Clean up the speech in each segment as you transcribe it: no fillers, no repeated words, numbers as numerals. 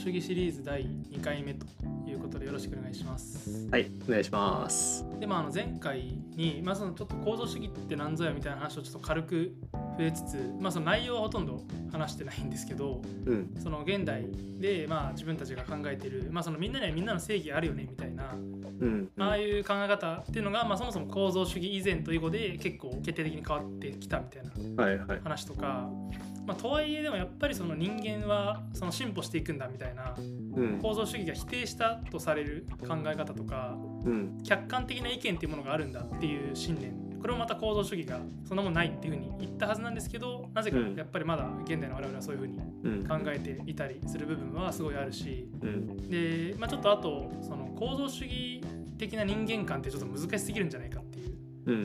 主義シリーズ第2回目ということでよろしくお願いします。 はい、お願いします。 で、前回に、そのちょっと構造主義って何ぞやみたいな話をちょっと軽く触れつつ、その内容はほとんど話してないんですけど、その現代で、自分たちが考えている、そのみんなにはみんなの正義あるよねみたいな、ああいう考え方っていうのが、そもそも構造主義以前と以後で結構決定的に変わってきたみたいな話とか、とはいえでもやっぱりその人間はその進歩していくんだみたいな、構造主義が否定したとされる考え方とか、客観的な意見っていうものがあるんだっていう信念、これもまた構造主義がそんなもんないっていうふうに言ったはずなんですけど、なぜかやっぱりまだ現代の我々はそういうふうに考えていたりする部分はすごいあるし、で、ちょっとあとその構造主義的な人間観ってちょっと難しすぎるんじゃないかっていう、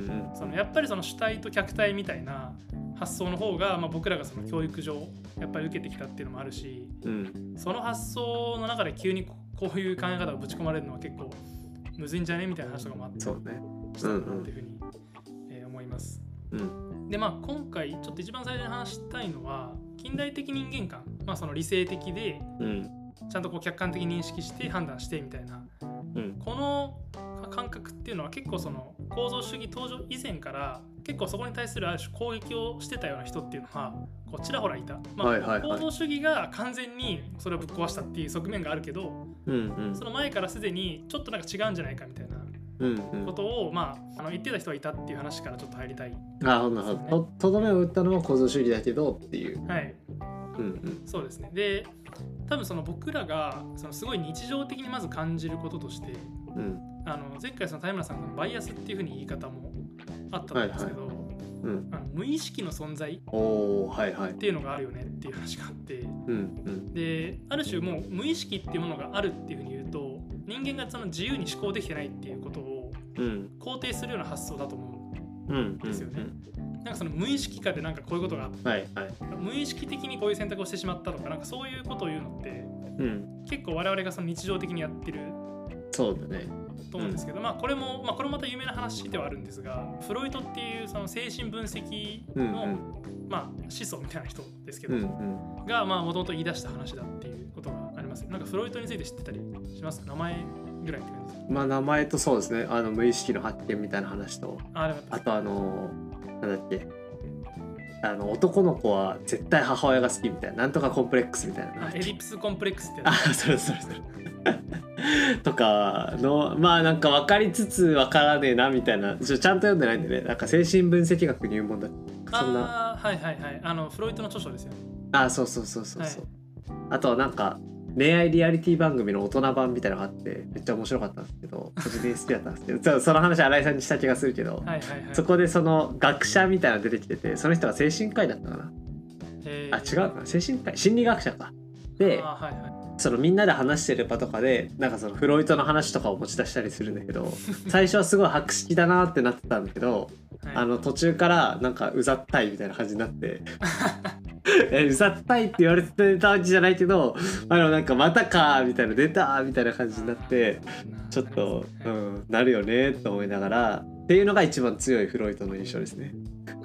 そのやっぱりその主体と客体みたいな発想の方が、僕らがその教育上やっぱり受けてきたっていうのもあるし、その発想の中で急にこういう考え方をぶち込まれるのは結構むずいんじゃねみたいな話とかもあって、そうね、したかなっていうふうに思います。で、今回ちょっと一番最初に話したいのは近代的人間観、その理性的で、ちゃんとこう客観的に認識して判断してみたいな、この感覚っていうのは結構その構造主義登場以前から結構そこに対するある種攻撃をしてたような人っていうのはこうちらほらいた、構造主義が完全にそれをぶっ壊したっていう側面があるけど、その前からすでにちょっとなんか違うんじゃないかみたいなことを、言ってた人はいたっていう話からちょっと入りたい、ね。 なるほど。とどめを打ったのは構造主義だけどっていう。 はい。そうですね。で、多分その僕らがそのすごい日常的にまず感じることとして、前回その田村さんのバイアスっていう風に言い方もあったと思うんですけど、無意識の存在っていうのがあるよねっていう話があって、で、ある種もう無意識っていうものがあるっていう風に言うと、人間がその自由に思考できてないっていうことを肯定するような発想だと思うんですよね。なんかその無意識下でなんかこういうことが、無意識的にこういう選択をしてしまったとか、なんかそういうことを言うのって、結構我々がその日常的にやってるそうだねと思うんですけど、これもまた有名な話ではあるんですが、フロイトっていうその精神分析の、始祖みたいな人ですけど、がもともと言い出した話だっていうことがあります。なんかフロイトについて知ってたりしますか？名前ぐらいって感じですか？ 名前とそうですね、無意識の発見みたいな話と、あとなんだっけ、男の子は絶対母親が好きみたいな、なんとかコンプレックスみたいな、 エディプスコンプレックスってそれとかの、なんか分かりつつ分からねえなみたいな、ちゃんと読んでないんでね、なんか精神分析学入門だ、そんな、 フロイトの著書ですよね。 そう、あとなんか恋愛リアリティ番組の大人版みたいなのがあってめっちゃ面白かったんですけど、個人的に好きだったんですけどその話新井さんにした気がするけど、そこでその学者みたいなの出てきてて、その人が精神科医だったかな、違うかな、精神科医、心理学者かで、そのみんなで話してる場とかでなんかそのフロイトの話とかを持ち出したりするんだけど、最初はすごい博識だなってなってたんだけど、途中からなんかうざったいみたいな感じになってうざったいって言われてたわけじゃないけど、なんかまたかみたいな、出たみたいな感じになって、ちょっと、なるよねと思いながらっていうのが一番強いフロイトの印象ですね。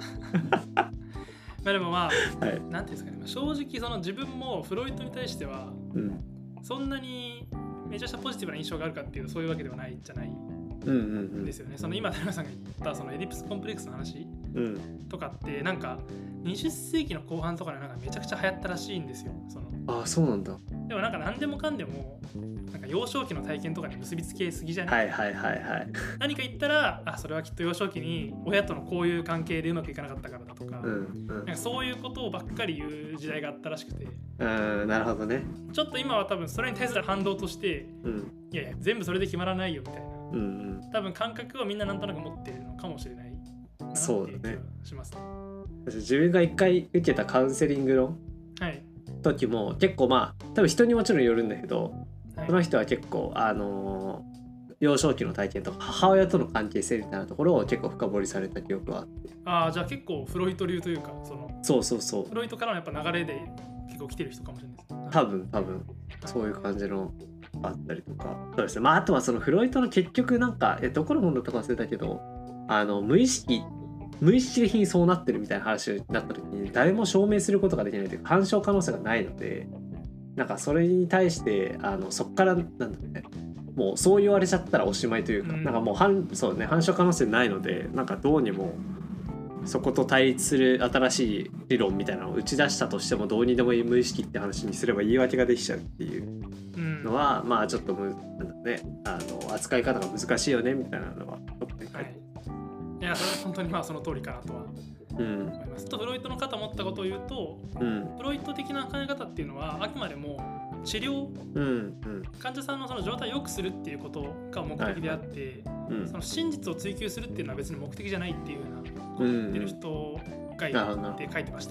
でもなんていうんですかね、正直その自分もフロイトに対しては、そんなにめちゃくちゃポジティブな印象があるかっていうとそういうわけではないじゃないですよね。その今田中さんが言ったそのエディプスコンプレックスの話とかってなんか20世紀の後半とかでなんかめちゃくちゃ流行ったらしいんですよ。 そうなんだ。 でもなんか何でもかんでもなんか幼少期の体験とかに結びつけすぎじゃない？何か言ったらそれはきっと幼少期に親とのこういう関係でうまくいかなかったからだとか、なんかそういうことをばっかり言う時代があったらしくて、 なるほどね。 ちょっと今は多分それに対する反動として、いや全部それで決まらないよみたいな、多分感覚をみんななんとなく持っているのかもしれないなっていう気がしますね。 自分が一回受けたカウンセリングの時も結構多分人にもちろんよるんだけど、その人は結構幼少期の体験とか母親との関係性みたいなところを結構深掘りされた記憶はあって、 じゃあ結構フロイト流というかそうフロイトからのやっぱ流れで結構来てる人かもしれないですね。 多分そういう感じのあったりとか、そうですね。あとはそのフロイトの結局なんかどこの本だったか忘れたけど、無意識的にそうなってるみたいな話になった時に誰も証明することができないというか、干渉可能性がないので、 なんかそれに対してそっからなんだろうね、もうそう言われちゃったらおしまいというか、なんかもうそうね、反証可能性ないので、なんかどうにもそこと対立する新しい理論みたいなのを打ち出したとしてもどうにでもいい無意識って話にすれば言い訳ができちゃうっていうのは、まあちょっとなんだね、扱い方が難しいよねみたいなのはちょっとね、 はい、いやそれは本当にまあその通りかなとは思います。フロイトの方思ったことを言うと、フロイト的な考え方っていうのはあくまでも治療、患者さんのその状態を良くするっていうことが目的であって、その真実を追求するっていうのは別に目的じゃないっていうようなことを言ってる人がいるって書いてました。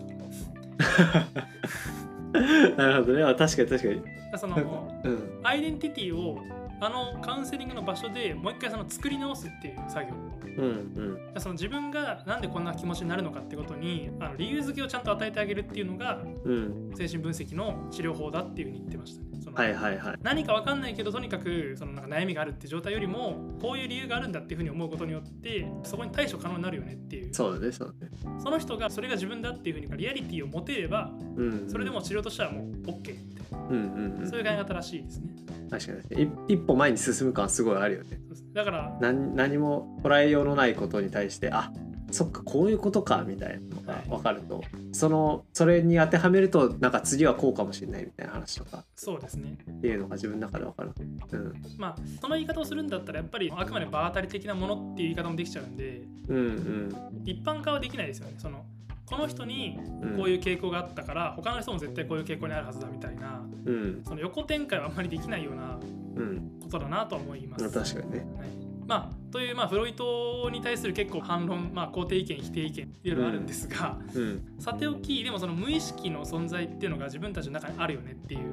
なるほどね、確かにその、アイデンティティをカウンセリングの場所でもう一回その作り直すっていう作業、その自分がなんでこんな気持ちになるのかってことに理由付けをちゃんと与えてあげるっていうのが、精神分析の治療法だっていうふうに言ってましたね。何か分かんないけどとにかくそのなんか悩みがあるって状態よりもこういう理由があるんだっていうふうに思うことによってそこに対処可能になるよねっていう。 そうね。 その人がそれが自分だっていうふうにリアリティを持てれば、それでも治療としてはもう OK みたいな、そういう考え方らしいですね。 確かに一歩前に進む感はすごいあるよね。 だから何も捉えようのないことに対してそっかこういうことかみたいなのが分かると、それに当てはめるとなんか次はこうかもしれないみたいな話とか、 そうですねっていうのが自分の中で分かる。 まあその言い方をするんだったらやっぱりあくまで場当たり的なものっていう言い方もできちゃうんで、一般化はできないですよね。この人にこういう傾向があったから、他の人も絶対こういう傾向にあるはずだみたいな、その横展開はあんまりできないようなことだなとは思います。 確かにね。 というフロイトに対する結構反論、肯定意見否定意見いろいろあるんですが、さておきでもその無意識の存在っていうのが自分たちの中にあるよねっていう、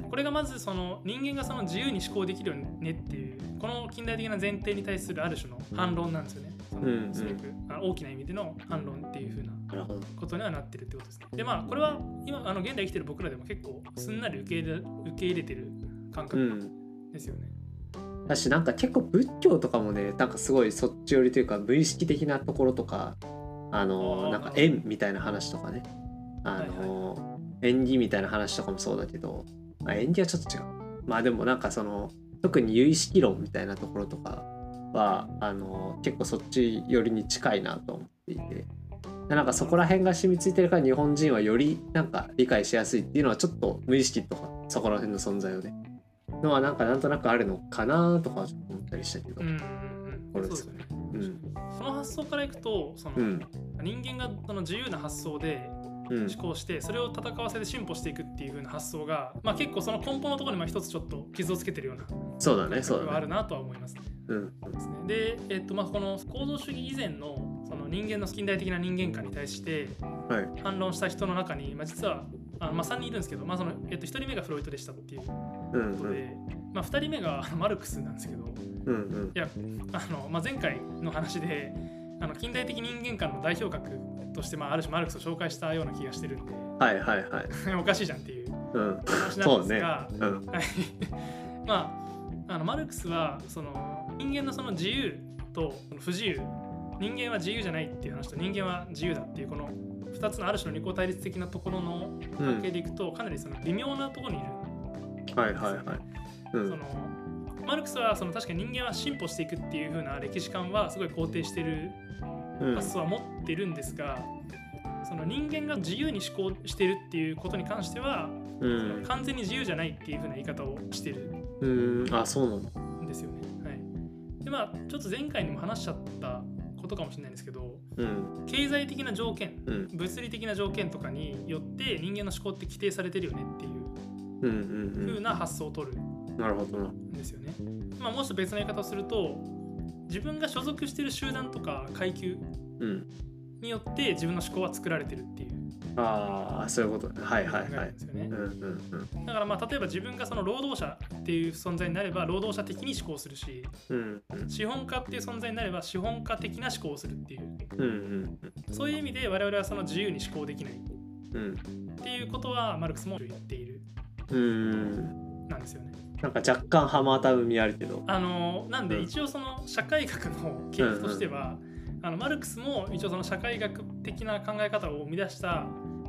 これがまずその人間がその自由に思考できるよねっていうこの近代的な前提に対するある種の反論なんですよね。すごく大きな意味での反論っていう風なことにはなってるってことですね。でこれは今現代生きてる僕らでも結構すんなり受け入れてる感覚ですよね。 私なんか結構仏教とかもね、なんかすごいそっち寄りというか無意識的なところとかなんか縁みたいな話とかね、縁起みたいな話とかもそうだけど、縁起はちょっと違う。でもなんか特に有意識論みたいなところとかは結構そっち寄りに近いなと思っていて、なんかそこら辺が染みついてるから日本人はよりなんか理解しやすいっていうのはちょっと無意識とかそこら辺の存在をねのはなんとなくあるのかなとかちょっと思ったりしたけど、 そうですよね。その発想からいくと人間が自由な発想で思考してそれを戦わせて進歩していくっていう風な発想が、結構その根本のところに一つちょっと傷をつけてるようなそうだねあるなとは思いますね。で、この構造主義以前のその人間の近代的な人間観に対して反論した人の中に、実は3人いるんですけど、1人目がフロイトでしたっていうことで、2人目がマルクスなんですけど、いや前回の話で近代的人間観の代表格として、ある種マルクスを紹介したような気がしてるんで、おかしいじゃんっていう話なんですが、マルクスはその人間のその自由と不自由、人間は自由じゃないっていう話と人間は自由だっていうこの2つのある種の二項対立的なところの関係でいくと、かなりその微妙なところにいるんですよ。マルクスは確かに人間は進歩していくっていう風な歴史観はすごい肯定している発想は持ってるんですが、その人間が自由に思考しているっていうことに関しては、完全に自由じゃないっていう風な言い方をしているそうなんですよね。でちょっと前回にも話しちゃったことかもしれないんですけど、経済的な条件、物理的な条件とかによって人間の思考って規定されてるよねっていう風な発想を取るんですよね。もうちょっと別の言い方をすると、自分が所属している集団とか階級によって自分の思考は作られてるっていう。 そういうことね。だから例えば自分がその労働者っていう存在になれば労働者的に思考するし、資本家っていう存在になれば資本家的な思考をするっていう、そういう意味で我々はその自由に思考できない、っていうことはマルクスも言っているなんですよね。 なんか若干ハマった海あるけど、 なんで一応その社会学の系譜としては、マルクスも一応その社会学的な考え方を生み出した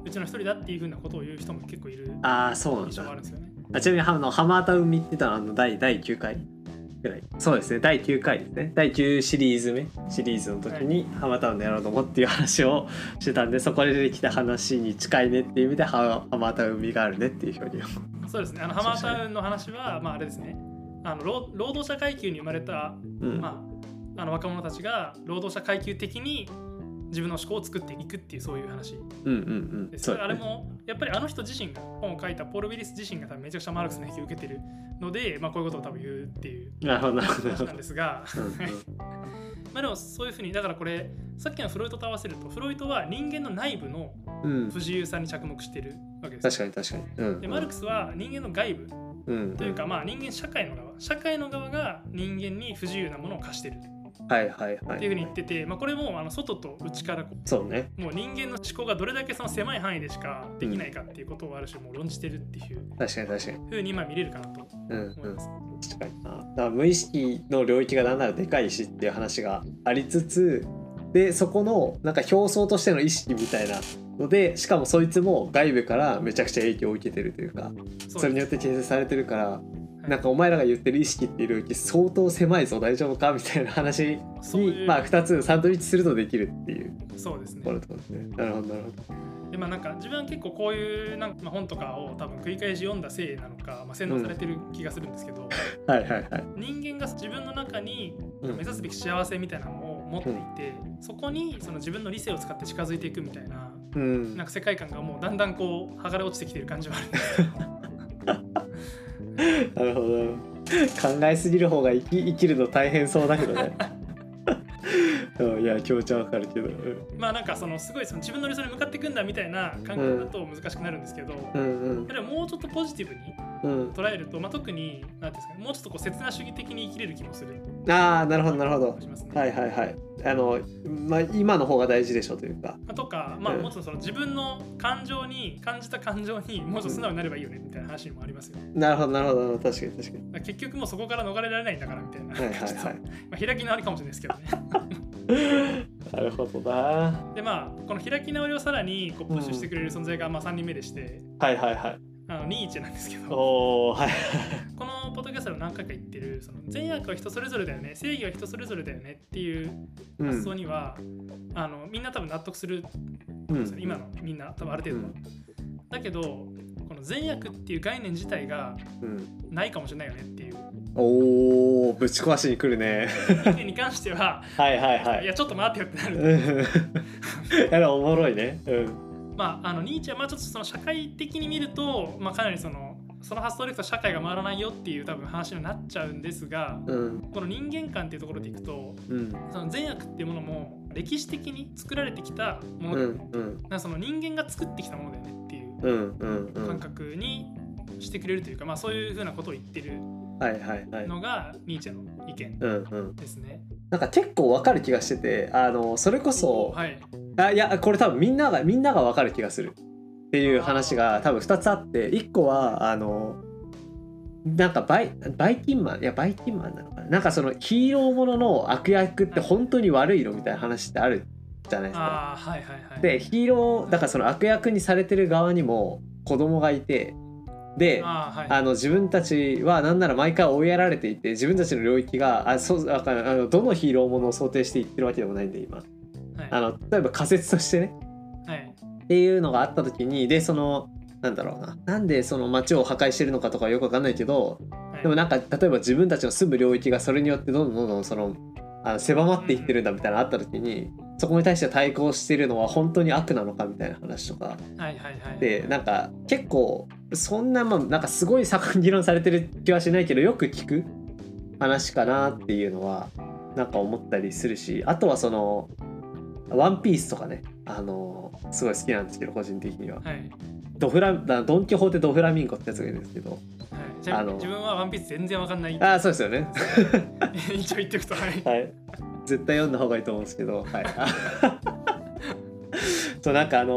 うちの一人だっていうふうなことを言う人も結構いるそう印象があるんですよね。 ちなみにハマータ海って言ったのは第9回ぐらい。そうですね、第9回ですね。第9シリーズの時にハマータウンでやろうと思っていう話をしてたんで、そこで出てきた話に近いねっていう意味でハマータウン海があるねっていう表現を。 そうですね、ハマータウンの話は、あれですね、労働者階級に生まれた、若者たちが労働者階級的に自分の思考を作っていくっていうそういう話です。あれもやっぱりあの人自身が本を書いたポール・ウィリス自身が多分めちゃくちゃマルクスの影響を受けてるので、こういうことを多分言うっていう話なんですがでもそういうふうにだからこれさっきのフロイトと合わせるとフロイトは人間の内部の不自由さに着目してるわけです。 確かに、 でマルクスは人間の外部というか、人間社会の側が人間に不自由なものを課してるっていうふうに言ってて、これも外と内からそうね、 もう人間の思考がどれだけその狭い範囲でしかできないかっていうことをある種もう論じてるっていうふうに今見れるかなと思います。 確かにな。だから無意識の領域がなんならでかいしっていう話がありつつで、そこのなんか表層としての意識みたいなので、しかもそいつも外部からめちゃくちゃ影響を受けてるというか、それによって形成されてるから、なんかお前らが言ってる意識っていう領域相当狭いぞ大丈夫かみたいな話に2つサンドイッチするとできるっていう。 そうですね。 なるほど。 でなんか自分は結構こういう本とかを多分繰り返し読んだせいなのか、洗脳されてる気がするんですけど、人間が自分の中に目指すべき幸せみたいなのを持っていて、そこにその自分の理性を使って近づいていくみたいな、なんか世界観がもうだんだんこう剥がれ落ちてきてる感じはあるんですけどなるほど。考えすぎる方が生きるの大変そうだけどねいや気持ちはわかるけど、 なんかすごい自分の理想に向かっていくんだみたいな感覚だと難しくなるんですけど、それはもうちょっとポジティブに捉えると、特に何ですかね、もうちょっとこう刹那主義的に生きれる気もする。 なるほど。今の方が大事でしょというか。 とか、もちろんその自分の感じた感情にもうちょっと素直になればいいよねみたいな話もありますよね。 なるほど。確かに。 結局もうそこから逃れられないんだからみたいな。開き直りかもしれないですけどね。 なるほどな。 でこの開き直りをさらにこうプッシュしてくれる存在が3人目でして、ニーチェなんですけど、このポッドキャストで何回か言ってるその善悪は人それぞれだよね、正義は人それぞれだよねっていう発想には、みんな多分納得するんですよ、今のみんな多分ある程度は、だけどこの善悪っていう概念自体がないかもしれないよねっていう、 ぶち壊しに来るね意見に関してはいやちょっと待ってよってなるおもろいね。 ニーチェはちょっとその社会的に見ると、かなりその発想でいくと社会が回らないよっていう多分話になっちゃうんですが、この人間観っていうところでいくと、その善悪っていうものも歴史的に作られてきたものだよね、その人間が作ってきたものだよねっていう感覚にしてくれるというか、そういうふうなことを言ってるのがニーチェの意見ですね。 なんか結構わかる気がしてて、それこそ、いやこれ多分みんながわかる気がするっていう話が多分2つあって、1個はなんかバイキンマンなのかな、なんかそのヒーローものの悪役って本当に悪いのみたいな話ってあるじゃないですか。でヒーローだからその悪役にされてる側にも子供がいて、で、自分たちはなんなら毎回追いやられていて、自分たちの領域がどのヒーローものを想定していってるわけでもないんで今、例えば仮説としてね、っていうのがあった時に、でそのなんでその街を破壊してるのかとかよくわかんないけど、でもなんか例えば自分たちの住む領域がそれによってどんどんその狭まっていってるんだみたいなのあった時に、そこに対して対抗してるのは本当に悪なのかみたいな話とかで、なんか結構そんななんかすごい盛んに議論されてる気はしないけど、よく聞く話かなっていうのはなんか思ったりするし、あとはそのワンピースとかね、すごい好きなんですけど個人的には、ドンキホーテドフラミンゴってやつがいるんですけど、 自分はワンピース全然わかんない。 そうですよね一応言っておくと絶対読んだ方がいいと思うんですけど、そうなんか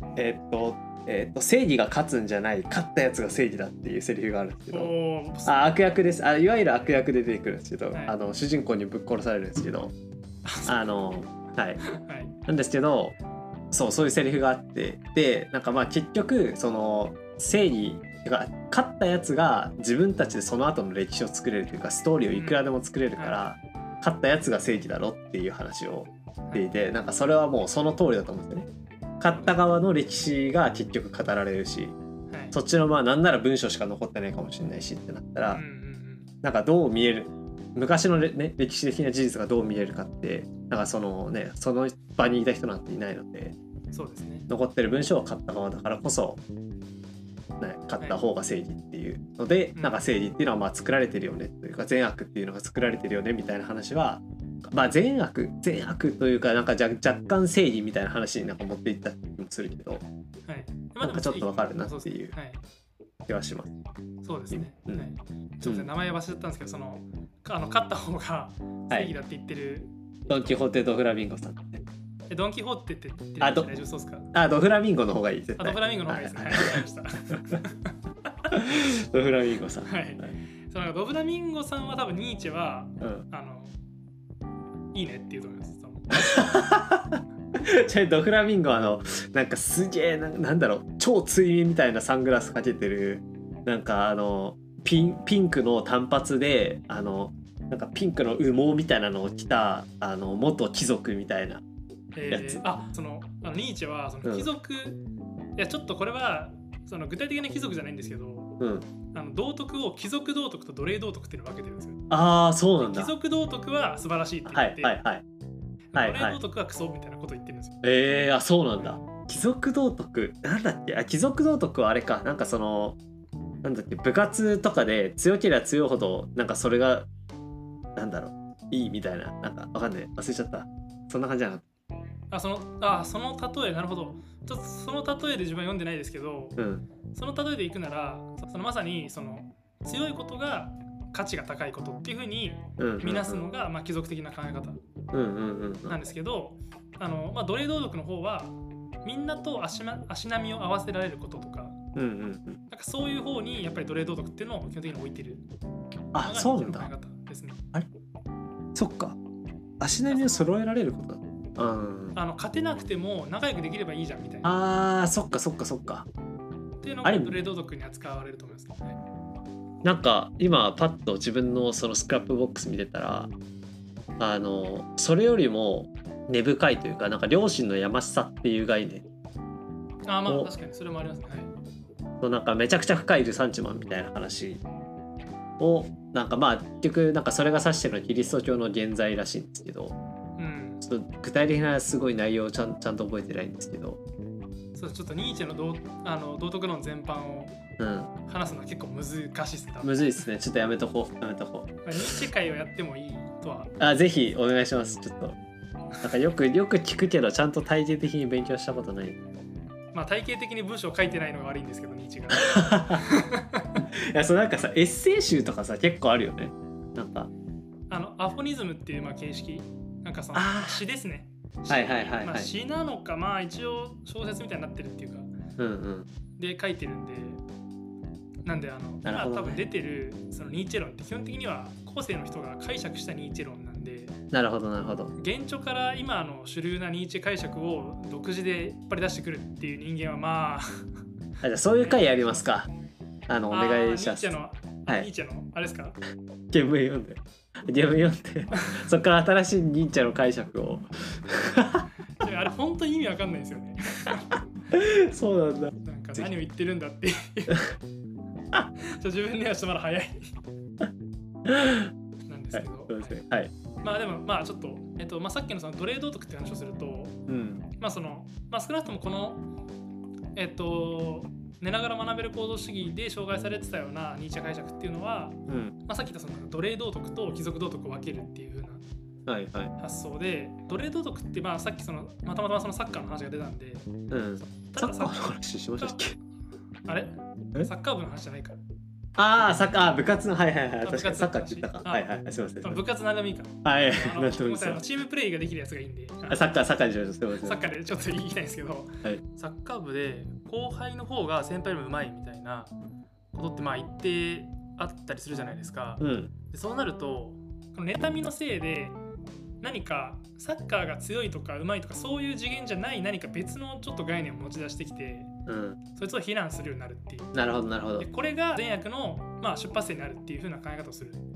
正義が勝つんじゃない、勝ったやつが正義だっていうセリフがあるんですけど、悪役です。いわゆる悪役で出てくるんですけど、主人公にぶっ殺されるんですけど、なんですけど、 そういうセリフがあって、でなんかまあ結局その正義が勝ったやつが自分たちでその後の歴史を作れるというかストーリーをいくらでも作れるから、勝ったやつが正義だろっていう話をしていて、なんかそれはもうその通りだと思うんですよね。勝った側の歴史が結局語られるし、そっちのまあなんなら文章しか残ってないかもしれないしってなったら、なんかどう見える、昔の、ね、歴史的な事実がどう見えるかって、なんかそのね、その場にいた人なんていないので、 そうですね、 残ってる文章は勝った側だからこそ、ね、勝った方が正義っていうので、なんか正義っていうのはまあ作られてるよねというか、善悪っていうのが作られてるよねみたいな話は、まあ善悪というか、なんか若干正義みたいな話になんか持っていった気もするけど、なんかちょっとわかるなっていう気はします。 そうですね。ちょっと名前忘れちゃったんですけど、その勝った方が正義だって言ってる、 ドン・キホーテとフラミンゴさん。 ドン・キホーテって言ってるんで大丈夫そうですか？ ドフラミンゴの方がいい。 ドフラミンゴの方がいいですね。わかりました。 ドフラミンゴさん。 そのドフラミンゴさんは多分ニーチェは、いいねって言うと思います。 ドフラミンゴなんかすげえなんだろう、超追眠みたいなサングラスかけてる、なんかピンクの短髪でなんかピンクの羽毛みたいなのを着た元貴族みたいなやつ。 そのニーチェはその貴族、いやちょっとこれはその具体的な貴族じゃないんですけど、道徳を貴族道徳と奴隷道徳っていうのを分けてるんですよ。 そうなんだ。 貴族道徳は素晴らしいって言って、奴隷道徳はクソみたいなことを言ってるんですよ。 そうなんだ。貴族道徳なんだっけ？貴族道徳はあれか、なんかそのなんだっけ、部活とかで強ければ強いほどなんかそれがなんだろう、いいみたいな、なんかわかんない、忘れちゃった。そんな感じじゃなかった。 その例え、なるほど。ちょっとその例えで自分は読んでないですけど、その例えでいくなら、そのまさにその強いことが価値が高いことっていうふうに見なすのが、まあ貴族的な考え方なんですけど、奴隷道徳の方はみんなと足並みを合わせられることとか、なんかそういう方にやっぱり奴隷道徳っていうのを基本的に置いてる。 そうなんだ。 ですね。 あれ、そっか。足並みを揃えられることだ。 勝てなくても仲良くできればいいじゃんみたいな。 そっかっていうのが奴隷道徳に扱われると思いますけどね。 なんか今パッと自分のそのスクラップボックス見てたら、それよりも根深いというか、なんか良心のやましさっていう概念。 まあ確かにそれもありますね。 なんかめちゃくちゃ深いルサンチマンみたいな話を、なんかまあ結局なんかそれが指してるのはキリスト教の現在らしいんですけど、ちょっと具体的なすごい内容をちゃんと覚えてないんですけど、 そうちょっとニーチェの道徳論全般を話すのは結構難しいですね。 むずいですね。ちょっとやめとこう。ニーチェ会をやってもいいとは。 ぜひお願いします。ちょっとなんかよく聞くけどちゃんと体系的に勉強したことない。 まあ体系的に文章を書いてないのが悪いんですけど、ニーチェが。 いや、なんかさ、エッセイ集とかさ結構あるよね。なんかアフォニズムっていう形式、なんかその詩ですね。詩なのか、まあ一応小説みたいになってるっていうか、で書いてるんで、なんで今多分出てるそのニーチェ論って基本的には後世の人が解釈したニーチェ論なんで。 なるほど。 原著から今主流なニーチェ解釈を独自で引っ張り出してくるっていう人間はまあじゃあそういう回やりますか。お願いします。 ニーチェのあれですか？ 原文読んでそっから新しいニーチェの解釈をあれ本当に意味わかんないんですよね。 そうなんだ。 なんか何を言ってるんだって自分にはちょっとまだ早いなんですけど、まあでもまあちょっと、さっきのその奴隷道徳って話をすると、少なくともこの寝ながら学べる構造主義で障害されてたようなニーチェ解釈っていうのは、さっき言ったその奴隷道徳と貴族道徳を分けるっていう風な発想で、奴隷道徳ってさっきたまたまそのサッカーの話が出たんで、 サッカーの話しましたっけ？ あれ？サッカー部の話じゃないか。 サッカー部活の確かにサッカーって言ったか。すいません。 部活何でもいいか。チームプレイができるやつがいいんで。 サッカーにしましょう。すいません。 サッカーでちょっと言いたいんですけど、サッカー部で後輩の方が先輩よりも上手いみたいなことって一定あったりするじゃないですか。でそうなるとこの妬みのせいで何かサッカーが強いとか上手いとかそういう次元じゃない何か別のちょっと概念を持ち出してきて、そいつを非難するようになるっていう。 なるほどなるほど。 でこれが善悪の、出発点になるっていう風な考え方をするんです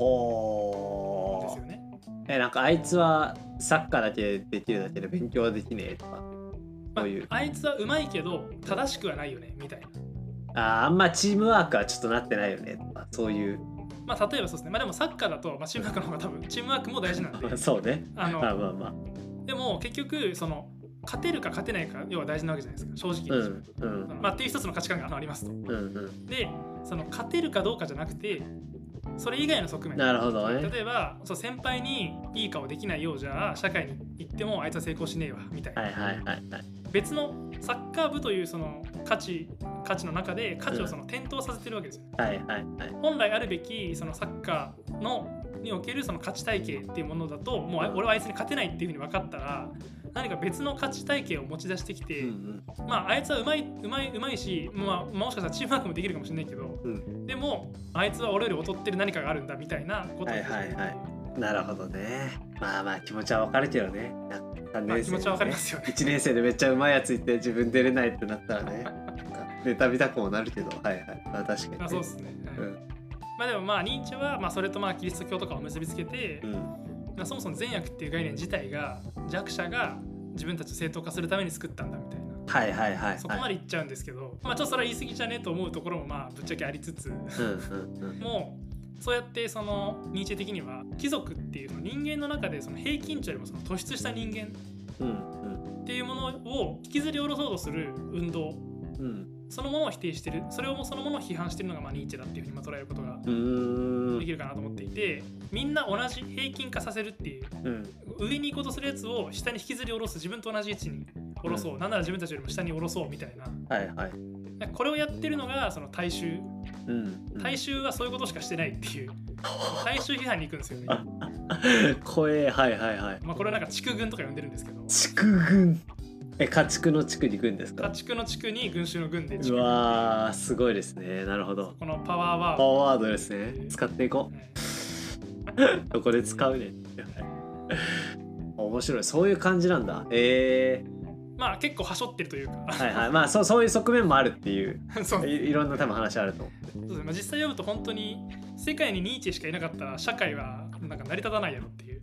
よね。 なんかあいつはサッカーだけできるだけで勉強はできねえとか、 あいつは上手いけど正しくはないよねみたいな。あんまチームワークはちょっとなってないよねとか、そういう。 例えばそうですね。でもサッカーだと、チームワークの方が多分チームワークも大事なんでそうね。でも結局その勝てるか勝てないか要は大事なわけじゃないですか、正直に、っていう一つの価値観がありますと、でその勝てるかどうかじゃなくてそれ以外の側面。 なるほどね。 例えば先輩にいい顔できないようじゃ社会に行ってもあいつは成功しねえわみたいな、別のサッカー部というその価値の中で価値をその点灯させてるわけですよ。本来あるべきそのサッカーにおけるその価値体系っていうものだと、もう俺はあいつに勝てないっていうふうに分かったら何か別の価値体系を持ち出してきて、あいつはうまいし、もしかしたらチームワークもできるかもしれないけど、でもあいつは俺より劣ってる何かがあるんだみたいなことをなるほどね。気持ちは分かるけどね。 気持ちは分かりますよね。 1年生でめっちゃうまいやついて自分出れないってなったらねネタ見たくもなるけど、確かに、 そうですね。でもニーチェはそれとキリスト教とかを結びつけて、そもそも善悪っていう概念自体が弱者が自分たちを正当化するために作ったんだみたいな、そこまで言っちゃうんですけど、ちょっとそれは言い過ぎじゃねえと思うところもぶっちゃけありつつ、もうそうやってそのニーチェ的には貴族っていうの人間の中でその平均値よりもその突出した人間っていうものを引きずり下ろそうとする運動、そのものを否定してる、そのものを批判してるのがニーチェだっていうふうに捉えることができるかなと思っていて、みんな同じ平均化させるっていう、上に行こうとするやつを下に引きずり下ろす、自分と同じ位置に下ろそう、なんなら自分たちよりも下に下ろそうみたいな、これをやってるのがその大衆、大衆はそういうことしかしてないっていう大衆批判に行くんですよね。 怖え。 これはなんか畜軍とか呼んでるんですけど、 畜軍、家畜の地区に軍ですか？ 家畜の地区に群衆の軍で。 うわー、すごいですね。なるほど。 このパワーワードですね。使っていこう。どこで使うね。面白い。そういう感じなんだ。 結構はしょってるというかそういう側面もあるっていういろんな多分話あると思う。 そうですね。実際読むと本当に世界にニーチェしかいなかったら社会はなんか成り立たないやろっていう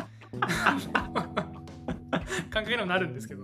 感覚にもなるんですけど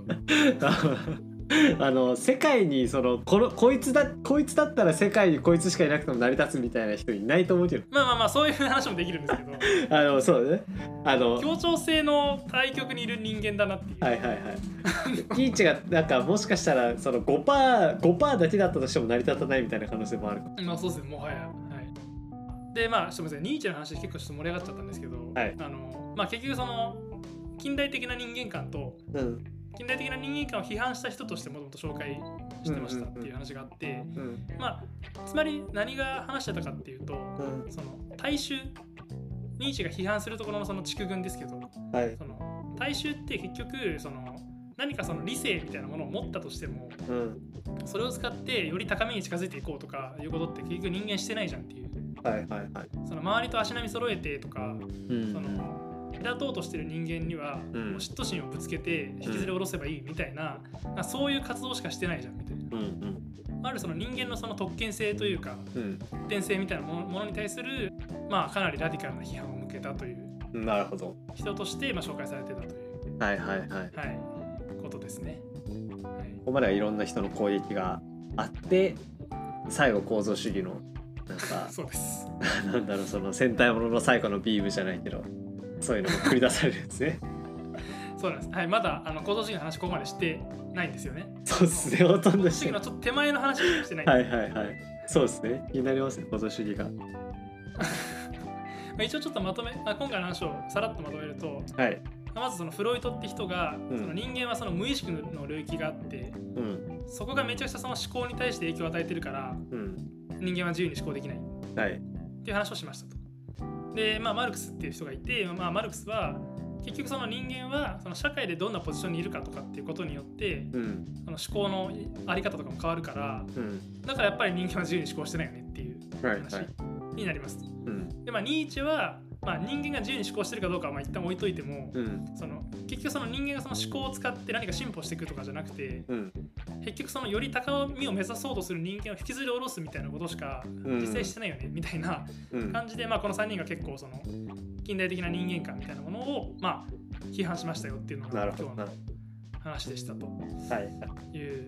世界にこいつだったら世界にこいつしかいなくても成り立つみたいな人いないと思うけど、 そういう話もできるんですけどそうね、 協調性の対極にいる人間だなっていう。 ニーチェがなんかもしかしたらその 5% だけだったとしても成り立たないみたいな可能性もあるかも。 そうですね、もはや。ですみません、ニーチェの話で結構ちょっと盛り上がっちゃったんですけど、結局その近代的な人間観と、近代的な人間観を批判した人としてもともと紹介してましたっていう話があって、つまり何が話してたかっていうと、その大衆、ニーチェが批判するところのその畜軍ですけど、その大衆って結局その何かその理性みたいなものを持ったとしても、それを使ってより高めに近づいていこうとかいうことって結局人間してないじゃんっていう、その周りと足並み揃えてとか、その目立とうとしてる人間には嫉妬心をぶつけて引きずり下ろせばいいみたいな、そういう活動しかしてないじゃんみたいな、あるその人間のその特権性というか普遍性みたいなものに対するかなりラディカルな批判を向けたという人として紹介されてたということですね。 ここまではいろんな人の攻撃があって最後構造主義のなんかそうですなんだろう、その戦隊ものの最後のビームじゃないけどそういうのも繰り出されるんですね。 そうなんです。まだ構造主義の話ここまでしてないんですよね。 そうですね、ほとんどしてない。構造主義のちょっと手前の話してないんです。 そうですね、気になりますね、構造主義が。 一応ちょっとまとめ、今回の話をさらっとまとめると、まずそのフロイトって人が、その人間はその無意識の領域があって、そこがめちゃくちゃその思考に対して影響を与えてるから、人間は自由に思考できない、っていう話をしましたと。で、マルクスっていう人がいて、マルクスは結局その人間はその社会でどんなポジションにいるかとかっていうことによって、その思考のあり方とかも変わるから、だからやっぱり人間は自由に思考してないよねっていう話になります。でニーチェはまあ、人間が自由に思考してるかどうかはまあ一旦置いといても、結局その人間がその思考を使って何か進歩していくとかじゃなくて、結局そのより高みを目指そうとする人間を引きずり下ろすみたいなことしか実際してないよね、みたいな感じで、まあ、この3人が結構その近代的な人間観みたいなものをまあ批判しましたよっていうのが今日の話でしたという、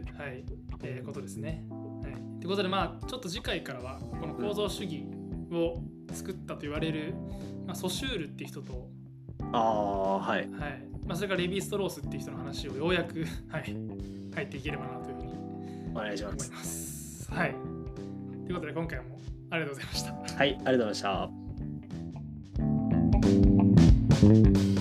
ことですね。ということで、まあちょっと次回からはこの構造主義を作ったと言われる、まあ、ソシュールっていう人と、まあ、それからレヴィ・ストロースっていう人の話をようやく、入っていければなというふうにお願いし思います。ということで今回もありがとうございました。 はい、ありがとうございました。